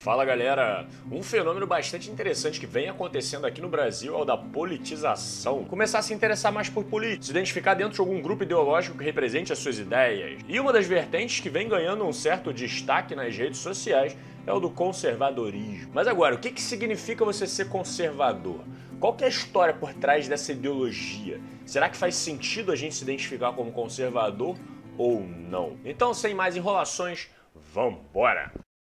Fala galera, um fenômeno bastante interessante que vem acontecendo aqui no Brasil é o da politização. Começar a se interessar mais por política, se identificar dentro de algum grupo ideológico que represente as suas ideias. E uma das vertentes que vem ganhando um certo destaque nas redes sociais é o do conservadorismo. Mas agora, o que significa você ser conservador? Qual que é a história por trás dessa ideologia? Será que faz sentido a gente se identificar como conservador ou não? Então, sem mais enrolações, vambora!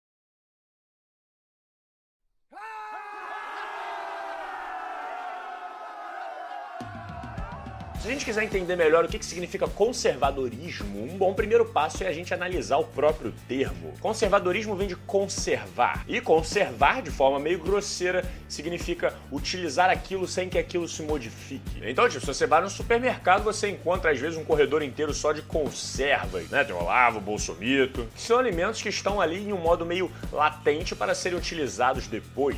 Se a gente quiser entender melhor o que significa conservadorismo, um bom primeiro passo é a gente analisar o próprio termo. Conservadorismo vem de conservar, e conservar, de forma meio grosseira, significa utilizar aquilo sem que aquilo se modifique. Então, tipo, se você vai no supermercado, você encontra, às vezes, um corredor inteiro só de conservas, né? Tem o Olavo, o Bolsomito, que são alimentos que estão ali em um modo meio latente para serem utilizados depois.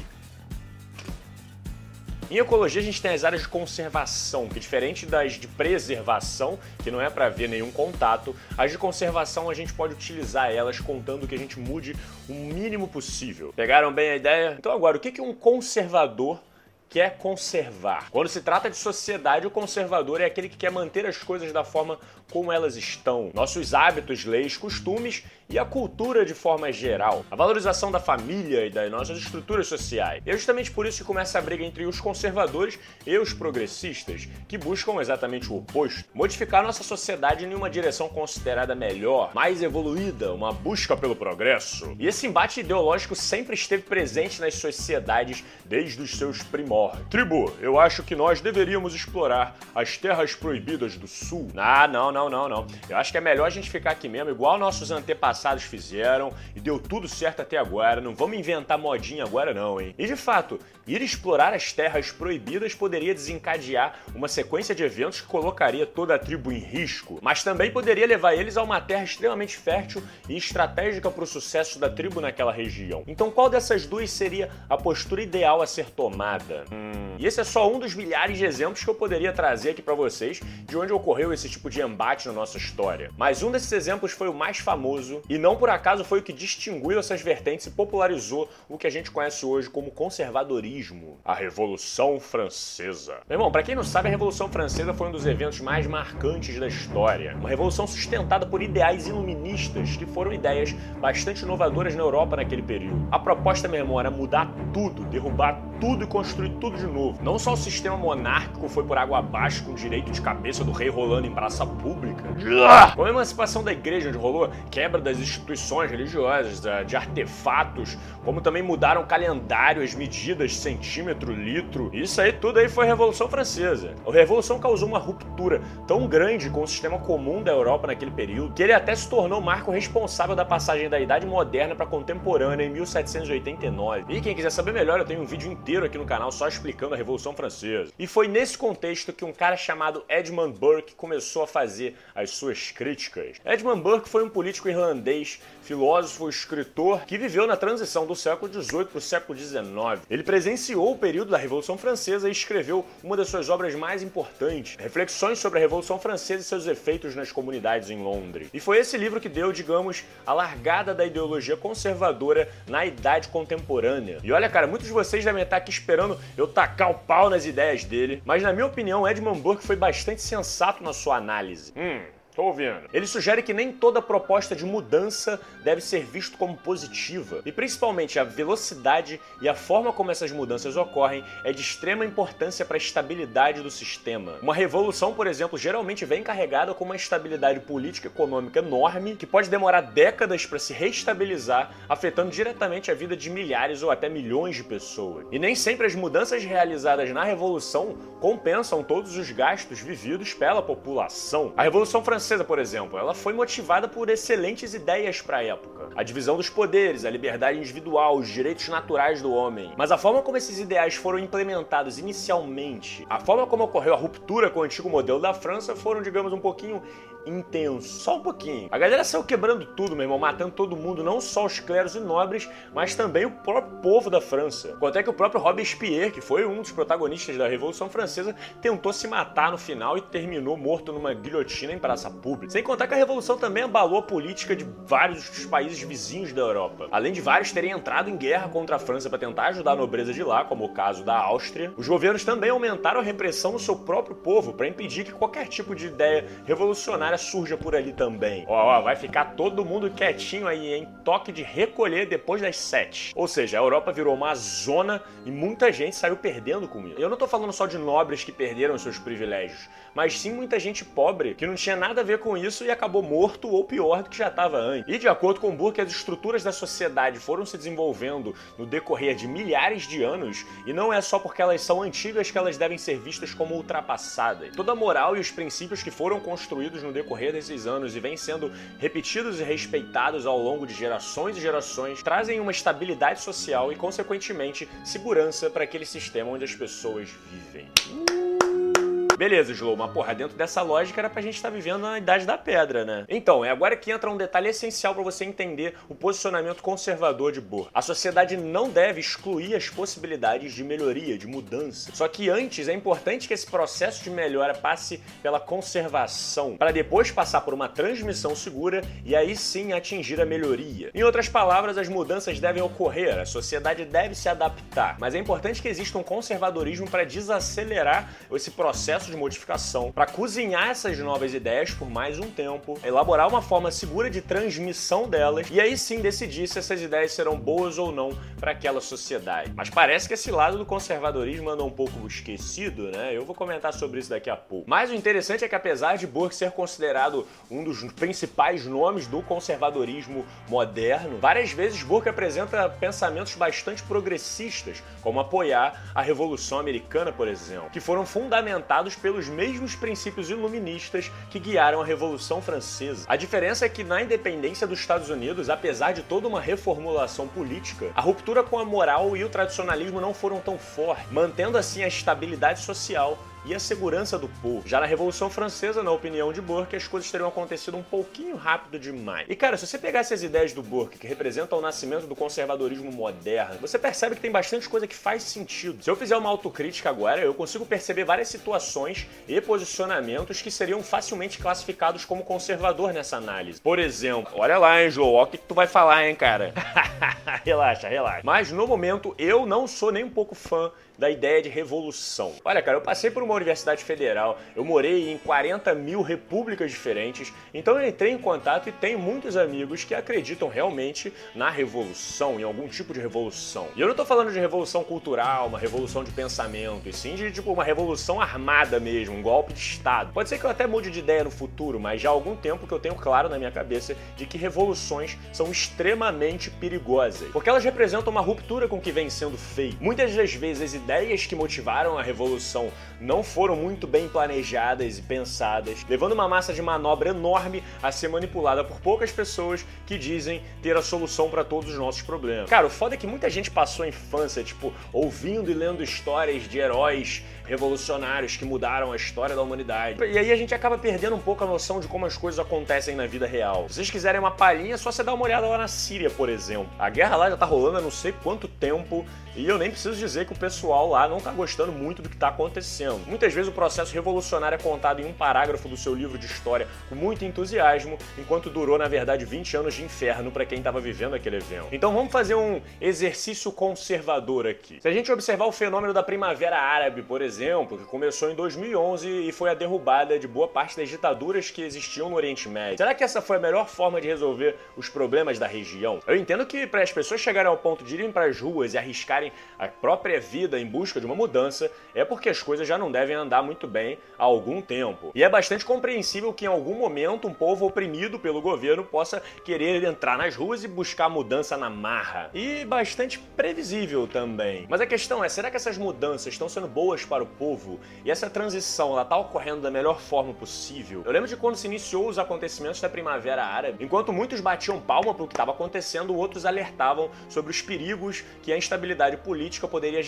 Em ecologia a gente tem as áreas de conservação, que diferente das de preservação, que não é para ver nenhum contato, as de conservação a gente pode utilizar elas contando que a gente mude o mínimo possível. Pegaram bem a ideia? Então agora, o que um conservador quer conservar? Quando se trata de sociedade, o conservador é aquele que quer manter as coisas da forma como elas estão. Nossos hábitos, leis, costumes e a cultura de forma geral. A valorização da família e das nossas estruturas sociais. E é justamente por isso que começa a briga entre os conservadores e os progressistas, que buscam exatamente o oposto. Modificar nossa sociedade em uma direção considerada melhor, mais evoluída, uma busca pelo progresso. E esse embate ideológico sempre esteve presente nas sociedades desde os seus primórdios. Tribo, eu acho que nós deveríamos explorar as terras proibidas do sul. Não. Eu acho que é melhor a gente ficar aqui mesmo, igual nossos antepassados fizeram, e deu tudo certo até agora. Não vamos inventar modinha agora não, hein? E de fato, ir explorar as terras proibidas poderia desencadear uma sequência de eventos que colocaria toda a tribo em risco, mas também poderia levar eles a uma terra extremamente fértil e estratégica para o sucesso da tribo naquela região. Então qual dessas duas seria a postura ideal a ser tomada? E esse é só um dos milhares de exemplos que eu poderia trazer aqui para vocês de onde ocorreu esse tipo de embate na nossa história. Mas um desses exemplos foi o mais famoso e não por acaso foi o que distinguiu essas vertentes e popularizou o que a gente conhece hoje como conservadorismo, a Revolução Francesa. Meu irmão, para quem não sabe, a Revolução Francesa foi um dos eventos mais marcantes da história. Uma revolução sustentada por ideais iluministas, que foram ideias bastante inovadoras na Europa naquele período. A proposta, meu irmão, era mudar tudo, derrubar tudo e construir tudo de novo. Não só o sistema monárquico foi por água abaixo com o direito de cabeça do rei rolando em praça pública, com a emancipação da igreja, onde rolou quebra das instituições religiosas, de artefatos, como também mudaram o calendário, as medidas, centímetro, litro. Isso aí tudo aí foi a Revolução Francesa. A Revolução causou uma ruptura tão grande com o sistema comum da Europa naquele período, que ele até se tornou o marco responsável da passagem da Idade Moderna para a Contemporânea em 1789. E quem quiser saber melhor, eu tenho um vídeo inteiro aqui no canal só explicando a Revolução Francesa. E foi nesse contexto que um cara chamado Edmund Burke começou a fazer as suas críticas. Edmund Burke foi um político irlandês, filósofo, escritor, que viveu na transição do século XVIII para o século XIX. Ele presenciou o período da Revolução Francesa e escreveu uma das suas obras mais importantes, Reflexões sobre a Revolução Francesa e seus efeitos nas comunidades em Londres. E foi esse livro que deu, digamos, a largada da ideologia conservadora na idade contemporânea. E olha, cara, muitos de vocês devem estar aqui esperando eu tacar o pau nas ideias dele, mas na minha opinião, Edmund Burke foi bastante sensato na sua análise. Tô ouvindo. Ele sugere que nem toda proposta de mudança deve ser visto como positiva. E principalmente a velocidade e a forma como essas mudanças ocorrem é de extrema importância para a estabilidade do sistema. Uma revolução, por exemplo, geralmente vem carregada com uma estabilidade política e econômica enorme, que pode demorar décadas para se reestabilizar, afetando diretamente a vida de milhares ou até milhões de pessoas. E nem sempre as mudanças realizadas na revolução compensam todos os gastos vividos pela população. A Revolução Francesa, por exemplo, ela foi motivada por excelentes ideias para a época. A divisão dos poderes, a liberdade individual, os direitos naturais do homem. Mas a forma como esses ideais foram implementados inicialmente, a forma como ocorreu a ruptura com o antigo modelo da França foram, digamos, um pouquinho intenso. Só um pouquinho. A galera saiu quebrando tudo, meu irmão, matando todo mundo, não só os clérigos e nobres, mas também o próprio povo da França. Quanto é que o próprio Robespierre, que foi um dos protagonistas da Revolução Francesa, tentou se matar no final e terminou morto numa guilhotina em praça pública. Sem contar que a Revolução também abalou a política de vários dos países vizinhos da Europa. Além de vários terem entrado em guerra contra a França para tentar ajudar a nobreza de lá, como o caso da Áustria, os governos também aumentaram a repressão no seu próprio povo para impedir que qualquer tipo de ideia revolucionária surja por ali também. Vai ficar todo mundo quietinho aí, hein? Toque de recolher depois das 7. Ou seja, a Europa virou uma zona e muita gente saiu perdendo com isso. Eu não tô falando só de nobres que perderam seus privilégios, mas sim muita gente pobre que não tinha nada a ver com isso e acabou morto ou pior do que já estava antes. E de acordo com Burke, as estruturas da sociedade foram se desenvolvendo no decorrer de milhares de anos e não é só porque elas são antigas que elas devem ser vistas como ultrapassadas. Toda a moral e os princípios que foram construídos no decorrer desses anos e vêm sendo repetidos e respeitados ao longo de gerações e gerações trazem uma estabilidade social e, consequentemente, segurança para aquele sistema onde as pessoas vivem. Beleza, Slow, mas porra, dentro dessa lógica era pra gente estar vivendo na Idade da Pedra, né? Então, é agora que entra um detalhe essencial pra você entender o posicionamento conservador de Burke. A sociedade não deve excluir as possibilidades de melhoria, de mudança. Só que antes é importante que esse processo de melhora passe pela conservação, para depois passar por uma transmissão segura e aí sim atingir a melhoria. Em outras palavras, as mudanças devem ocorrer, a sociedade deve se adaptar, mas é importante que exista um conservadorismo para desacelerar esse processo de modificação, para cozinhar essas novas ideias por mais um tempo, elaborar uma forma segura de transmissão delas e aí sim decidir se essas ideias serão boas ou não para aquela sociedade. Mas parece que esse lado do conservadorismo anda um pouco esquecido, né? Eu vou comentar sobre isso daqui a pouco. Mas o interessante é que apesar de Burke ser considerado um dos principais nomes do conservadorismo moderno, várias vezes Burke apresenta pensamentos bastante progressistas, como apoiar a Revolução Americana, por exemplo, que foram fundamentados pelos mesmos princípios iluministas que guiaram a Revolução Francesa. A diferença é que na independência dos Estados Unidos, apesar de toda uma reformulação política, a ruptura com a moral e o tradicionalismo não foram tão fortes, mantendo assim a estabilidade social e a segurança do povo. Já na Revolução Francesa, na opinião de Burke, as coisas teriam acontecido um pouquinho rápido demais. E cara, se você pegar essas ideias do Burke, que representam o nascimento do conservadorismo moderno, você percebe que tem bastante coisa que faz sentido. Se eu fizer uma autocrítica agora, eu consigo perceber várias situações e posicionamentos que seriam facilmente classificados como conservador nessa análise. Por exemplo, olha lá, Angelo, olha o que tu vai falar, hein, cara? Relaxa, relaxa. Mas no momento, eu não sou nem um pouco fã da ideia de revolução. Olha, cara, eu passei por uma universidade federal, eu morei em 40 mil repúblicas diferentes, então eu entrei em contato e tenho muitos amigos que acreditam realmente na revolução, em algum tipo de revolução. E eu não tô falando de revolução cultural, uma revolução de pensamento, e sim de tipo uma revolução armada mesmo, um golpe de Estado. Pode ser que eu até mude de ideia no futuro, mas já há algum tempo que eu tenho claro na minha cabeça de que revoluções são extremamente perigosas, porque elas representam uma ruptura com o que vem sendo feito. Muitas das vezes as ideias que motivaram a revolução não foram muito bem planejadas e pensadas, levando uma massa de manobra enorme a ser manipulada por poucas pessoas que dizem ter a solução para todos os nossos problemas. Cara, o foda é que muita gente passou a infância, tipo, ouvindo e lendo histórias de heróis revolucionários que mudaram a história da humanidade. E aí a gente acaba perdendo um pouco a noção de como as coisas acontecem na vida real. Se vocês quiserem uma palhinha, é só você dar uma olhada lá na Síria, por exemplo. A guerra lá já tá rolando há não sei quanto tempo e eu nem preciso dizer que o pessoal lá não tá gostando muito do que tá acontecendo. Muitas vezes o processo revolucionário é contado em um parágrafo do seu livro de história com muito entusiasmo, enquanto durou, na verdade, 20 anos de inferno para quem estava vivendo aquele evento. Então vamos fazer um exercício conservador aqui. Se a gente observar o fenômeno da Primavera Árabe, por exemplo, que começou em 2011 e foi a derrubada de boa parte das ditaduras que existiam no Oriente Médio. Será que essa foi a melhor forma de resolver os problemas da região? Eu entendo que para as pessoas chegarem ao ponto de irem para as ruas e arriscarem a própria vida em busca de uma mudança, é porque as coisas já não devem andar muito bem há algum tempo. E é bastante compreensível que em algum momento um povo oprimido pelo governo possa querer entrar nas ruas e buscar mudança na marra. E bastante previsível também. Mas a questão é, será que essas mudanças estão sendo boas para o povo? E essa transição, ela tá ocorrendo da melhor forma possível? Eu lembro de quando se iniciou os acontecimentos da Primavera Árabe, enquanto muitos batiam palma pro que estava acontecendo, outros alertavam sobre os perigos que a instabilidade política poderia gerar na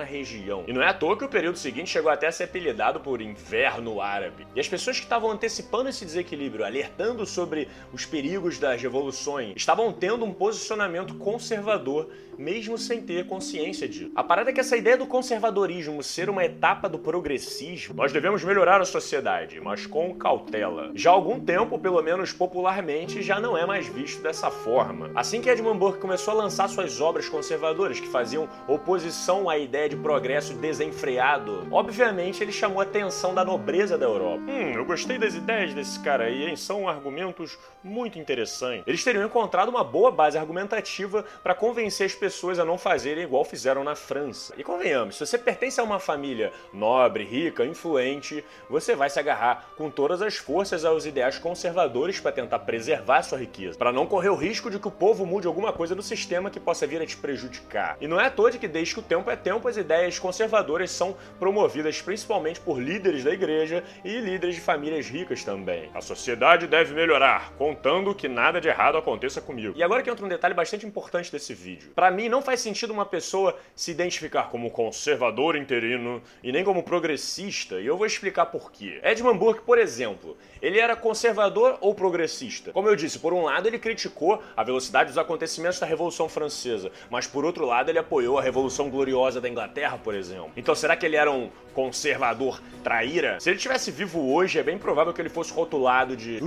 região. E não é à toa que o período seguinte chegou até a ser apelidado por Inverno Árabe. E as pessoas que estavam antecipando esse desequilíbrio, alertando sobre os perigos das revoluções, estavam tendo um posicionamento conservador, mesmo sem ter consciência disso. A parada é que essa ideia do conservadorismo ser uma etapa do progressismo, nós devemos melhorar a sociedade, mas com cautela. Já há algum tempo, pelo menos popularmente, já não é mais visto dessa forma. Assim que Edmund Burke começou a lançar suas obras conservadoras, que faziam oposição à ideia de progresso desenfreado, obviamente ele chamou a atenção da nobreza da Europa. Eu gostei das ideias desse cara aí, hein? São argumentos muito interessantes. Eles teriam encontrado uma boa base argumentativa para convencer as pessoas a não fazerem igual fizeram na França. E convenhamos, se você pertence a uma família nobre, rica, influente, você vai se agarrar com todas as forças aos ideais conservadores para tentar preservar sua riqueza, para não correr o risco de que o povo mude alguma coisa no sistema que possa vir a te prejudicar. E não é à toa de que desde que o tempo é tempo, as ideias conservadoras são promovidas principalmente por líderes da igreja e líderes de famílias ricas também. A sociedade deve melhorar, contando que nada de errado aconteça comigo. E agora que entra um detalhe bastante importante desse vídeo. Para mim, não faz sentido uma pessoa se identificar como conservador interino e nem como progressista, e eu vou explicar por quê. Edmund Burke, por exemplo, ele era conservador ou progressista? Como eu disse, por um lado ele criticou a velocidade dos acontecimentos da Revolução Francesa, mas por outro lado ele apoiou a Revolução Gloriosa da Inglaterra, por exemplo. Então será que ele era um conservador traíra? Se ele estivesse vivo hoje, é bem provável que ele fosse rotulado de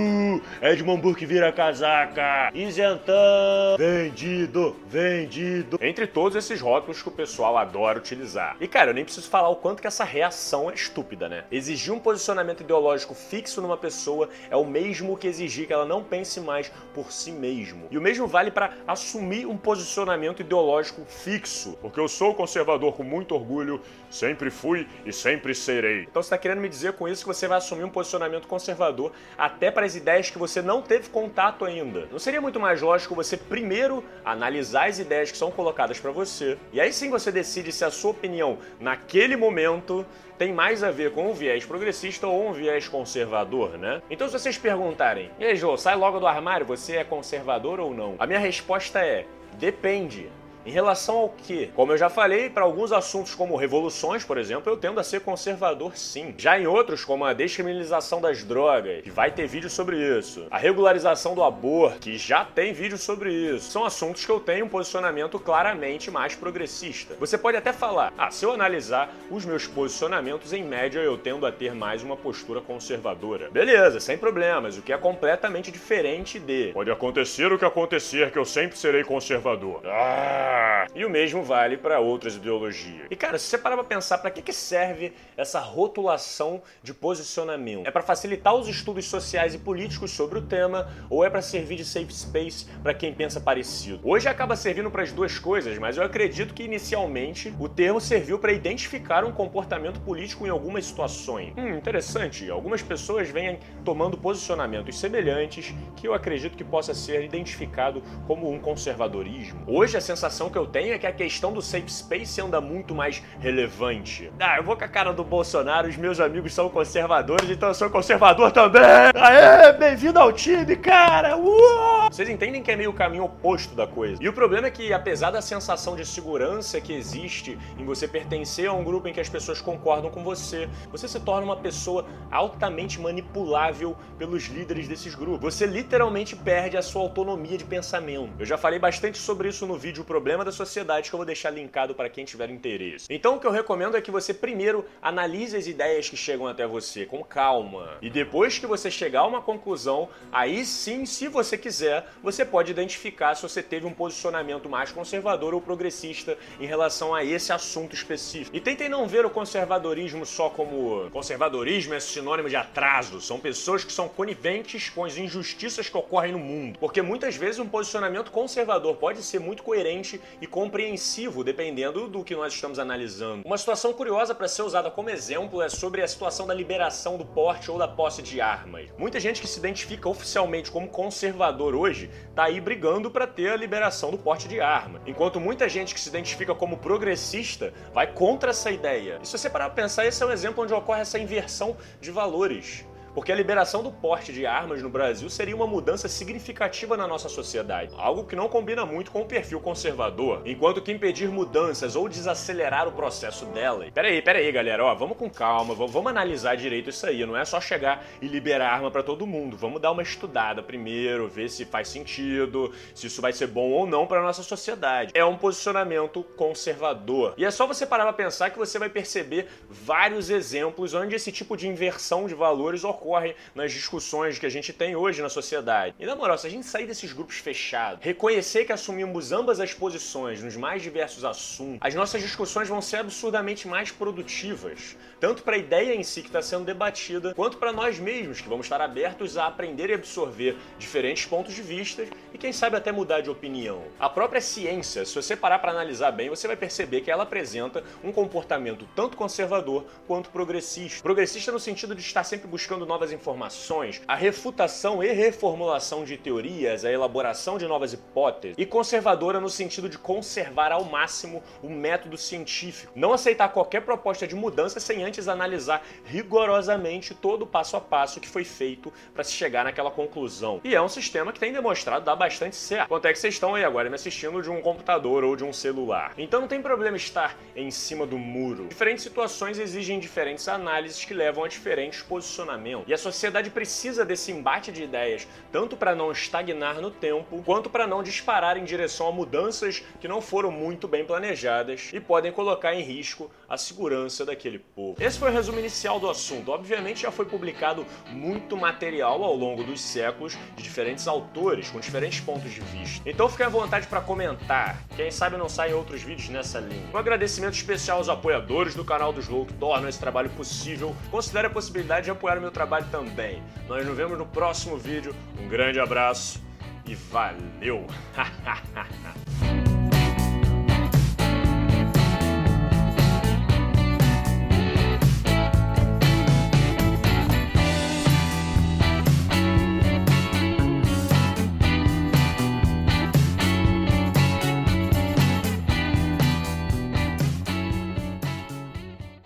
Edmund Burke vira casaca, isentão, vendido, vendido. Entre todos esses rótulos que o pessoal adora utilizar. E cara, eu nem preciso falar o quanto que essa reação é estúpida, né? Exigir um posicionamento ideológico fixo numa pessoa é o mesmo que exigir que ela não pense mais por si mesmo. E o mesmo vale para assumir um posicionamento ideológico fixo. Porque eu sou conservador com muito orgulho, sempre fui e sempre serei. Então você está querendo me dizer com isso que você vai assumir um posicionamento conservador até para as ideias que você não teve contato ainda? Não seria muito mais lógico você primeiro analisar as ideias que são colocadas para você, e aí sim você decide se a sua opinião naquele momento tem mais a ver com um viés progressista ou um viés conservador, né? Então se vocês perguntarem, e aí Jô, sai logo do armário, você é conservador ou não? A minha resposta é, depende. Em relação ao quê? Como eu já falei, para alguns assuntos como revoluções, por exemplo, eu tendo a ser conservador sim. Já em outros, como a descriminalização das drogas, que vai ter vídeo sobre isso, a regularização do aborto, que já tem vídeo sobre isso, são assuntos que eu tenho um posicionamento claramente mais progressista. Você pode até falar, se eu analisar os meus posicionamentos, em média eu tendo a ter mais uma postura conservadora. Beleza, sem problemas, o que é completamente diferente de pode acontecer o que acontecer, que eu sempre serei conservador. E o mesmo vale para outras ideologias. E cara, se você parar pra pensar, para que serve essa rotulação de posicionamento? É para facilitar os estudos sociais e políticos sobre o tema, ou é para servir de safe space para quem pensa parecido? Hoje acaba servindo para as duas coisas, mas eu acredito que inicialmente o termo serviu para identificar um comportamento político em algumas situações. Interessante, algumas pessoas vêm tomando posicionamentos semelhantes que eu acredito que possa ser identificado como um conservadorismo. Hoje a sensação que eu tenho é que a questão do safe space anda muito mais relevante. Eu vou com a cara do Bolsonaro, os meus amigos são conservadores, então eu sou conservador também! Aê, bem-vindo ao time, cara! Vocês entendem que é meio o caminho oposto da coisa. E o problema é que, apesar da sensação de segurança que existe em você pertencer a um grupo em que as pessoas concordam com você, você se torna uma pessoa altamente manipulável pelos líderes desses grupos. Você literalmente perde a sua autonomia de pensamento. Eu já falei bastante sobre isso no vídeo O Problema da Sociedade, que eu vou deixar linkado para quem tiver interesse. Então o que eu recomendo é que você primeiro analise as ideias que chegam até você com calma. E depois que você chegar a uma conclusão, aí sim, se você quiser, você pode identificar se você teve um posicionamento mais conservador ou progressista em relação a esse assunto específico. E tentem não ver o conservadorismo só como conservadorismo é sinônimo de atraso. São pessoas que são coniventes com as injustiças que ocorrem no mundo. Porque muitas vezes um posicionamento conservador pode ser muito coerente e compreensivo, dependendo do que nós estamos analisando. Uma situação curiosa para ser usada como exemplo é sobre a situação da liberação do porte ou da posse de armas. Muita gente que se identifica oficialmente como conservador hoje tá aí brigando para ter a liberação do porte de arma, enquanto muita gente que se identifica como progressista vai contra essa ideia. E se você parar para pensar, esse é um exemplo onde ocorre essa inversão de valores. porque a liberação do porte de armas no Brasil seria uma mudança significativa na nossa sociedade, algo que não combina muito com o perfil conservador, enquanto que impedir mudanças ou desacelerar o processo dela. Peraí, galera, ó, vamos com calma, vamos analisar direito isso aí, não é só chegar e liberar arma pra todo mundo, vamos dar uma estudada primeiro, ver se faz sentido, se isso vai ser bom ou não pra nossa sociedade. É um posicionamento conservador. E é só você parar pra pensar que você vai perceber vários exemplos onde esse tipo de inversão de valores ocorre nas discussões que a gente tem hoje na sociedade. E na moral, se a gente sair desses grupos fechados, reconhecer que assumimos ambas as posições nos mais diversos assuntos, as nossas discussões vão ser absurdamente mais produtivas, tanto para a ideia em si que está sendo debatida, quanto para nós mesmos, que vamos estar abertos a aprender e absorver diferentes pontos de vista e quem sabe até mudar de opinião. A própria ciência, se você parar para analisar bem, você vai perceber que ela apresenta um comportamento tanto conservador quanto progressista. Progressista no sentido de estar sempre buscando novas informações, a refutação e reformulação de teorias, a elaboração de novas hipóteses, e conservadora no sentido de conservar ao máximo o método científico, não aceitar qualquer proposta de mudança sem antes analisar rigorosamente todo o passo a passo que foi feito para se chegar naquela conclusão. E é um sistema que tem demonstrado dar bastante certo. Quanto é que vocês estão aí agora me assistindo de um computador ou de um celular? Então não tem problema estar em cima do muro. Diferentes situações exigem diferentes análises que levam a diferentes posicionamentos. E a sociedade precisa desse embate de ideias, tanto para não estagnar no tempo, quanto para não disparar em direção a mudanças que não foram muito bem planejadas e podem colocar em risco a segurança daquele povo. Esse foi o resumo inicial do assunto. Obviamente já foi publicado muito material ao longo dos séculos de diferentes autores, com diferentes pontos de vista. Então fique à vontade para comentar. Quem sabe não saem outros vídeos nessa linha. Um agradecimento especial aos apoiadores do canal do Slow que tornam esse trabalho possível. Considere a possibilidade de apoiar o meu trabalho também. Nós nos vemos no próximo vídeo. Um grande abraço e valeu!